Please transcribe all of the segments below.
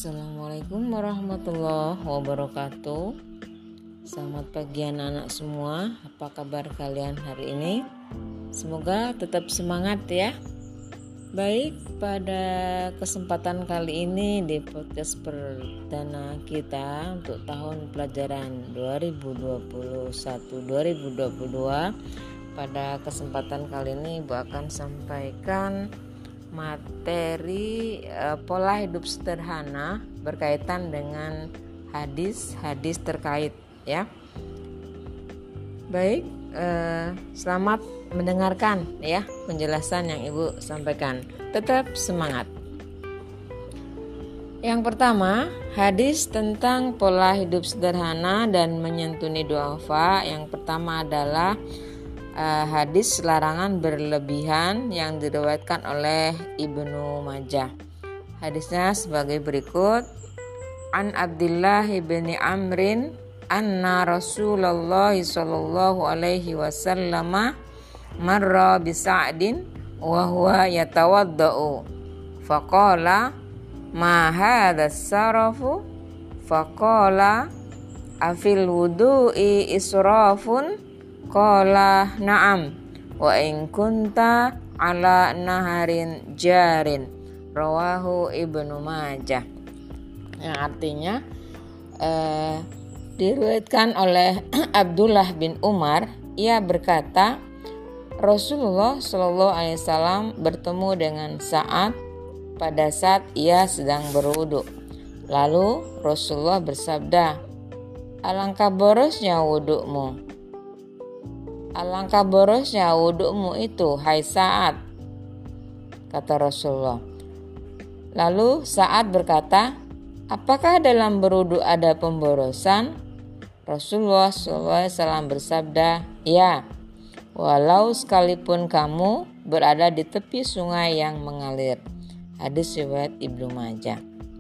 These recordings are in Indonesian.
Assalamualaikum warahmatullahi wabarakatuh. Selamat pagi anak-anak semua. Apa kabar kalian hari ini? Semoga tetap semangat ya. Baik, pada kesempatan kali ini di podcast perdana kita untuk tahun pelajaran 2021-2022, pada kesempatan kali ini Ibu akan sampaikan materi pola hidup sederhana berkaitan dengan hadis-hadis terkait ya. Baik, selamat mendengarkan ya penjelasan yang Ibu sampaikan. Tetap semangat. Yang pertama, hadis tentang pola hidup sederhana dan menyantuni duafa. Yang pertama adalah hadis larangan berlebihan yang diriwayatkan oleh Ibnu Majah. Hadisnya sebagai berikut. An Abdullah bin Amrin anna Rasulullah sallallahu alaihi wasallam marra bi Sa'din wa huwa yatawaddau faqala ma hadha as-sarafu faqala afil wudu'i israfun qala na'am wa in kunta ala naharin jarin, rawahu Ibnu Majah. Yang artinya diriwayatkan oleh Abdullah bin Umar, ia berkata Rasulullah Shallallahu Alaihi Wasallam bertemu dengan Sa'ad pada saat ia sedang berwudu. Lalu Rasulullah bersabda, alangkah borosnya wudumu. Alangkah borosnya wudu'mu itu, hai Sa'ad, kata Rasulullah. Lalu Sa'ad berkata, apakah dalam berwudu ada pemborosan? Rasulullah SAW bersabda, ya, walau sekalipun kamu berada di tepi sungai yang mengalir. Hadis riwayat Ibnu Majah.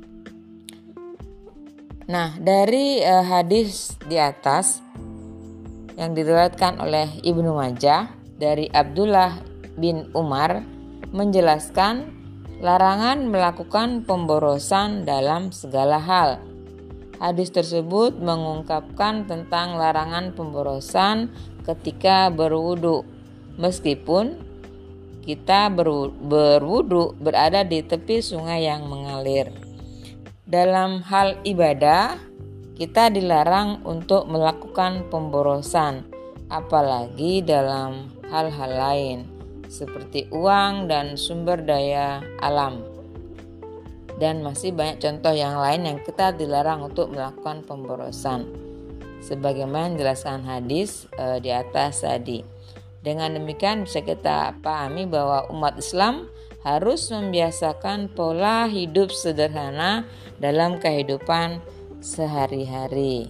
Nah, dari hadis di atas yang diriwayatkan oleh Ibnu Majah dari Abdullah bin Umar menjelaskan larangan melakukan pemborosan dalam segala hal. Hadis tersebut mengungkapkan tentang larangan pemborosan ketika berwudu, meskipun kita berwudu berada di tepi sungai yang mengalir. Dalam hal ibadah, kita dilarang untuk melakukan pemborosan, apalagi dalam hal-hal lain seperti uang dan sumber daya alam. Dan masih banyak contoh yang lain yang kita dilarang untuk melakukan pemborosan, sebagaimana dijelaskan hadis di atas tadi. Dengan demikian bisa kita pahami bahwa umat Islam harus membiasakan pola hidup sederhana dalam kehidupan sehari-hari.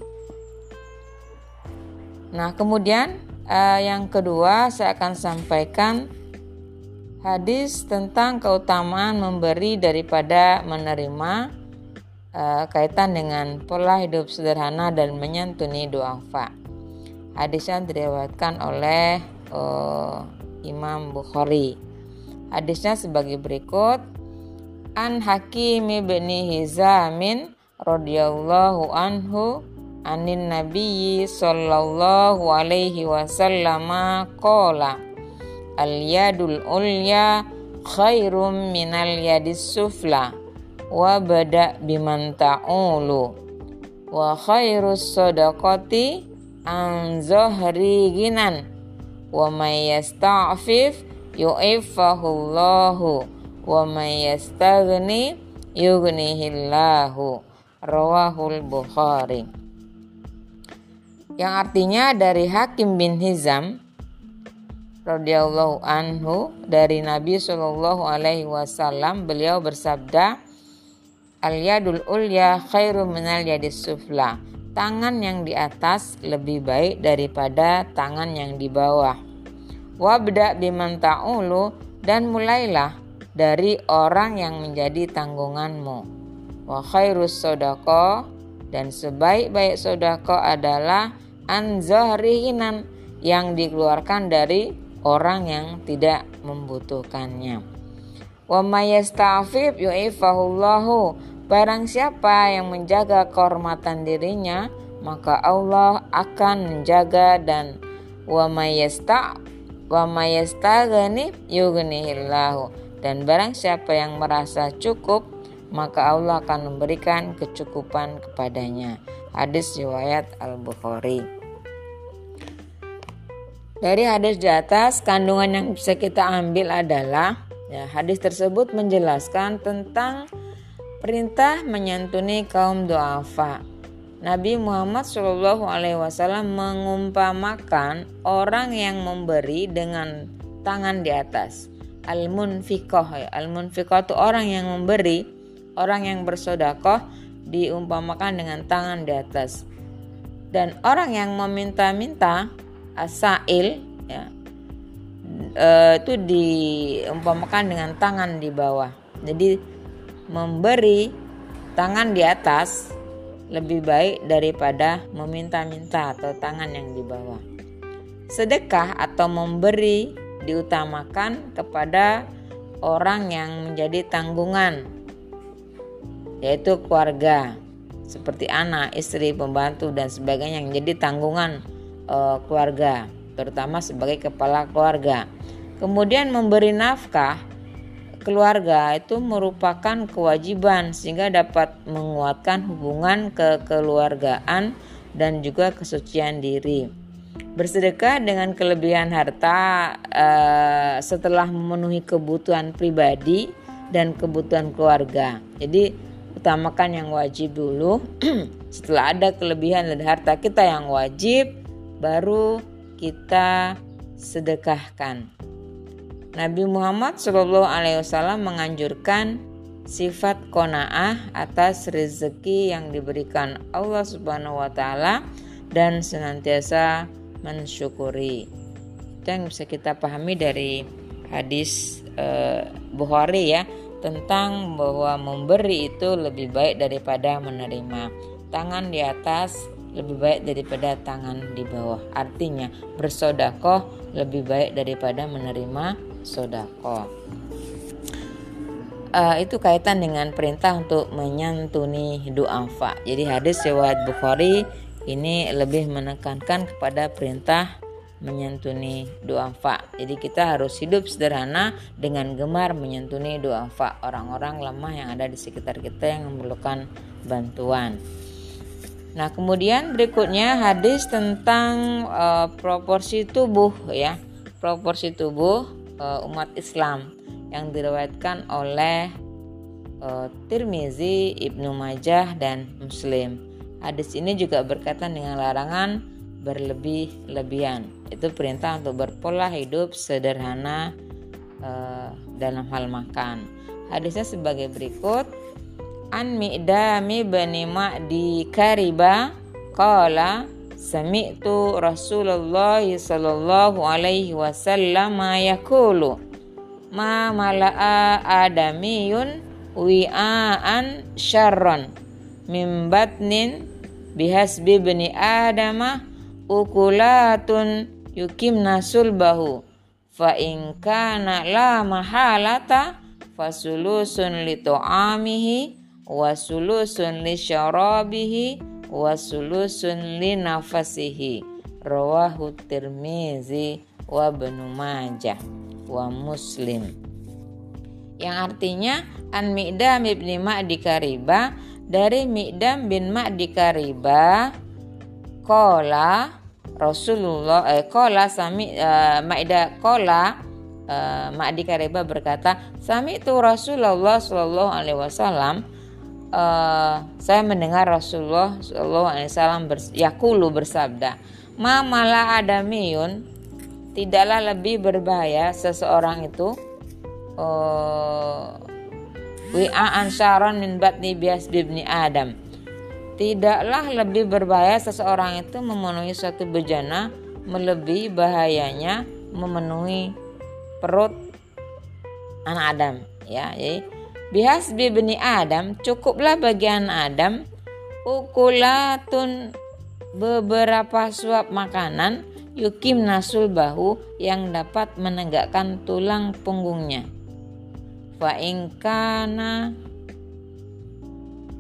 Nah, kemudian yang kedua saya akan sampaikan hadis tentang keutamaan memberi daripada menerima, kaitan dengan pola hidup sederhana dan menyantuni duafa. Hadisnya diriwayatkan oleh Imam Bukhari. Hadisnya sebagai berikut. An Hakim bin Hizamin radhiyallahu anhu anin nabiyyi sallallahu alaihi wasallam qala al yadul ulya khairum minal yadis sufla wa bada biman ta'ulu wa khairus sadaqati an zahri ginan wa may yasta'fif yu'ifahullahu wa may yastaghni yughnihillahu, rawahul Bukhari. Yang artinya dari Hakim bin Hizam radhiyallahu anhu dari Nabi Shallallahu Alaihi Wasallam, beliau bersabda, al yadul ulya khairu minal yadis sufla, tangan yang di atas lebih baik daripada tangan yang di bawah. Wabda biman ta'ulu, dan mulailah dari orang yang menjadi tanggunganmu. Wa khairus sodako, dan sebaik-baik sodako adalah an zahrihinan, yang dikeluarkan dari orang yang tidak membutuhkannya. Wa may yasta'fif yu'ifahullahu, Barang siapa yang menjaga kehormatan dirinya, maka Allah akan menjaga, dan wa mayastaghni yughnihillahu, dan barang siapa yang merasa cukup, maka Allah akan memberikan kecukupan kepadanya. Hadis riwayat Al-Bukhari. Dari hadis di atas, kandungan yang bisa kita ambil adalah, hadis tersebut menjelaskan tentang perintah menyantuni kaum du'afa. Nabi Muhammad SAW mengumpamakan orang yang memberi dengan tangan di atas. Al-munfiqah itu orang yang memberi, orang yang bersedekah diumpamakan dengan tangan di atas. Dan orang yang meminta-minta, as-sa'il, itu diumpamakan dengan tangan di bawah. Jadi memberi tangan di atas lebih baik daripada meminta-minta atau tangan yang di bawah. Sedekah atau memberi diutamakan kepada orang yang menjadi tanggungan, yaitu keluarga, seperti anak, istri, pembantu dan sebagainya yang jadi tanggungan keluarga, terutama sebagai kepala keluarga. Kemudian memberi nafkah keluarga itu merupakan kewajiban sehingga dapat menguatkan hubungan kekeluargaan dan juga kesucian diri. Bersedekah dengan kelebihan harta setelah memenuhi kebutuhan pribadi dan kebutuhan keluarga. Jadi utamakan yang wajib dulu. Setelah ada kelebihan dari harta kita yang wajib, baru kita sedekahkan. Nabi Muhammad SAW menganjurkan sifat qanaah atas rezeki yang diberikan Allah Subhanahu wa taala dan senantiasa mensyukuri. Itu yang bisa kita pahami dari hadis Bukhari tentang bahwa memberi itu lebih baik daripada menerima. Tangan di atas lebih baik daripada tangan di bawah. Artinya bersedekah lebih baik daripada menerima sedekah. Itu kaitan dengan perintah untuk menyantuni du'afa. Jadi hadis riwayat Bukhari ini lebih menekankan kepada perintah menyantuni du'afa. Jadi kita harus hidup sederhana dengan gemar menyantuni du'afa, orang-orang lemah yang ada di sekitar kita yang memerlukan bantuan. Nah, kemudian berikutnya hadis tentang proporsi tubuh proporsi tubuh umat Islam yang diriwayatkan oleh Tirmizi, Ibnu Majah dan Muslim. Hadis ini juga berkaitan dengan larangan berlebih-lebihan. Itu perintah untuk berpola hidup sederhana dalam hal makan. Hadisnya sebagai berikut. An Mi'dami bani Ma'di Kariba qala sami'tu Rasulullah sallallahu alaihi wasallam yaqulu ma mala'a adamiyun wi'an syarran min batnin bihasbi bani adama ukulatun yukimna sulbahu fa in kana la mahalata fasulusun li tu'amihi wa sulusun li syarabihi wa sulusun li nafasihi. Rawahu Tirmizi wa Ibnu Majah wa Muslim. Yang artinya an Mi'dam bin Ma'di Kariba, dari Mi'dam bin Ma'di Kariba qala Rasulullah qala sami Ma'di Kariba berkata, sami'tu Rasulullah sallallahu alaihi wasallam, saya mendengar Rasulullah sallallahu alaihi wasallam yaqulu bersabda, ma mala adamiyun, tidaklah lebih berbahaya seseorang itu wi'an syaron min batni bias bibni Adam, tidaklah lebih berbahaya seseorang itu memenuhi suatu bejana melebihi bahayanya memenuhi perut anak Adam. Jadi bihasbi bani Adam, cukuplah bagi anak Adam, ukulatun, beberapa suap makanan, yukim nasul bahu, yang dapat menegakkan tulang punggungnya. Fa ingkana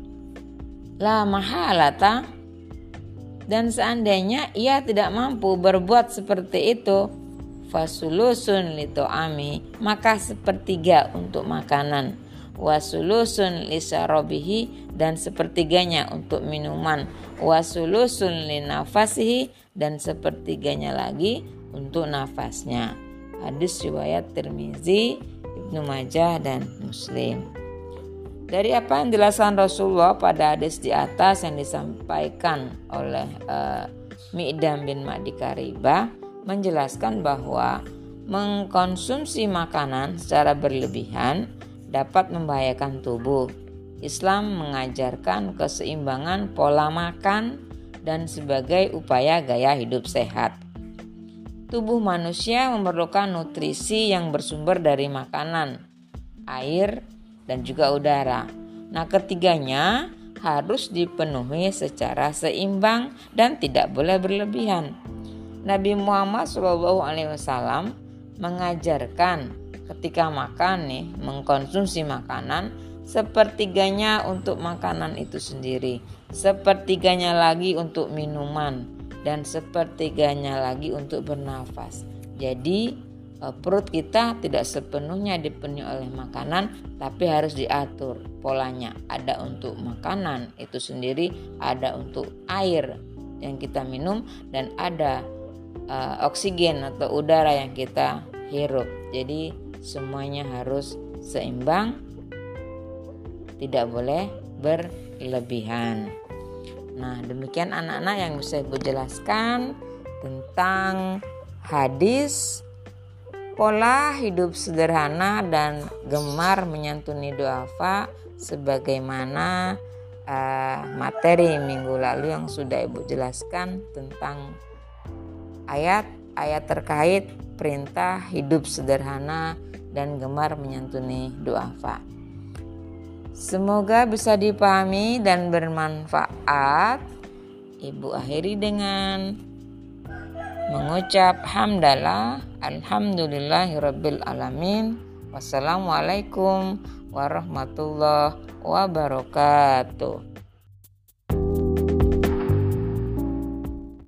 la mahalata, dan seandainya ia tidak mampu berbuat seperti itu, fasulusun lito'ami, maka sepertiga untuk makanan, wasulusun lisarobihi, dan sepertiganya untuk minuman, wasulusun linafasihi, dan sepertiganya lagi untuk nafasnya. Hadis riwayat Tirmizi, Ibnu Majah, dan Muslim. Dari apa yang dijelaskan Rasulullah pada hadis di atas yang disampaikan oleh Mi'dam bin Ma'di Karibah, menjelaskan bahwa mengkonsumsi makanan secara berlebihan dapat membahayakan tubuh. Islam mengajarkan keseimbangan pola makan dan sebagai upaya gaya hidup sehat. Tubuh manusia memerlukan nutrisi yang bersumber dari makanan, air, dan juga udara. Nah, ketiganya harus dipenuhi secara seimbang dan tidak boleh berlebihan. Nabi Muhammad SAW mengajarkan ketika makan mengkonsumsi makanan, sepertiganya untuk makanan itu sendiri, sepertiganya lagi untuk minuman, dan sepertiganya lagi untuk bernafas. Jadi perut kita tidak sepenuhnya dipenuhi oleh makanan, tapi harus diatur polanya. Ada untuk makanan itu sendiri, ada untuk air yang kita minum, dan ada oksigen atau udara yang kita hirup. Jadi semuanya harus seimbang, tidak boleh berlebihan. Nah, demikian anak-anak yang bisa Ibu jelaskan tentang hadis pola hidup sederhana dan gemar menyantuni duafa, sebagaimana materi minggu lalu yang sudah Ibu jelaskan tentang ayat-ayat terkait perintah hidup sederhana dan gemar menyantuni duafa. Semoga bisa dipahami dan bermanfaat. Ibu akhiri dengan mengucap hamdalah, alhamdulillahirabbil alamin. Wassalamualaikum warahmatullahi wabarakatuh.